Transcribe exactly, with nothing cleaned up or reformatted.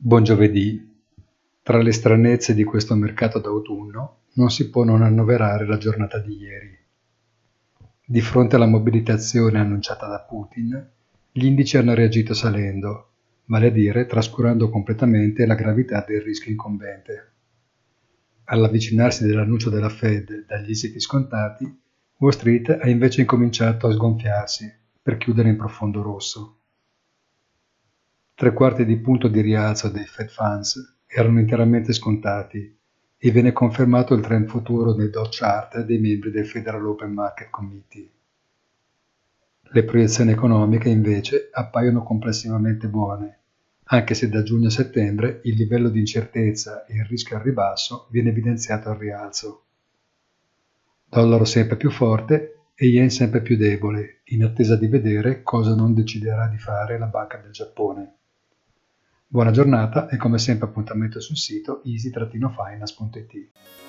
Buon giovedì. Tra le stranezze di questo mercato d'autunno non si può non annoverare la giornata di ieri. Di fronte alla mobilitazione annunciata da Putin, gli indici hanno reagito salendo, vale a dire trascurando completamente la gravità del rischio incombente. All'avvicinarsi dell'annuncio della Fed dagli esiti scontati, Wall Street ha invece incominciato a sgonfiarsi per chiudere in profondo rosso. Tre quarti di punto di rialzo dei Fed Funds erano interamente scontati e viene confermato il trend futuro nei dot chart dei membri del Federal Open Market Committee. Le proiezioni economiche invece appaiono complessivamente buone, anche se da giugno a settembre il livello di incertezza e il rischio al ribasso viene evidenziato al rialzo. Dollaro sempre più forte e yen sempre più debole, in attesa di vedere cosa non deciderà di fare la Banca del Giappone. Buona giornata e come sempre appuntamento sul sito easy dash finance punto it.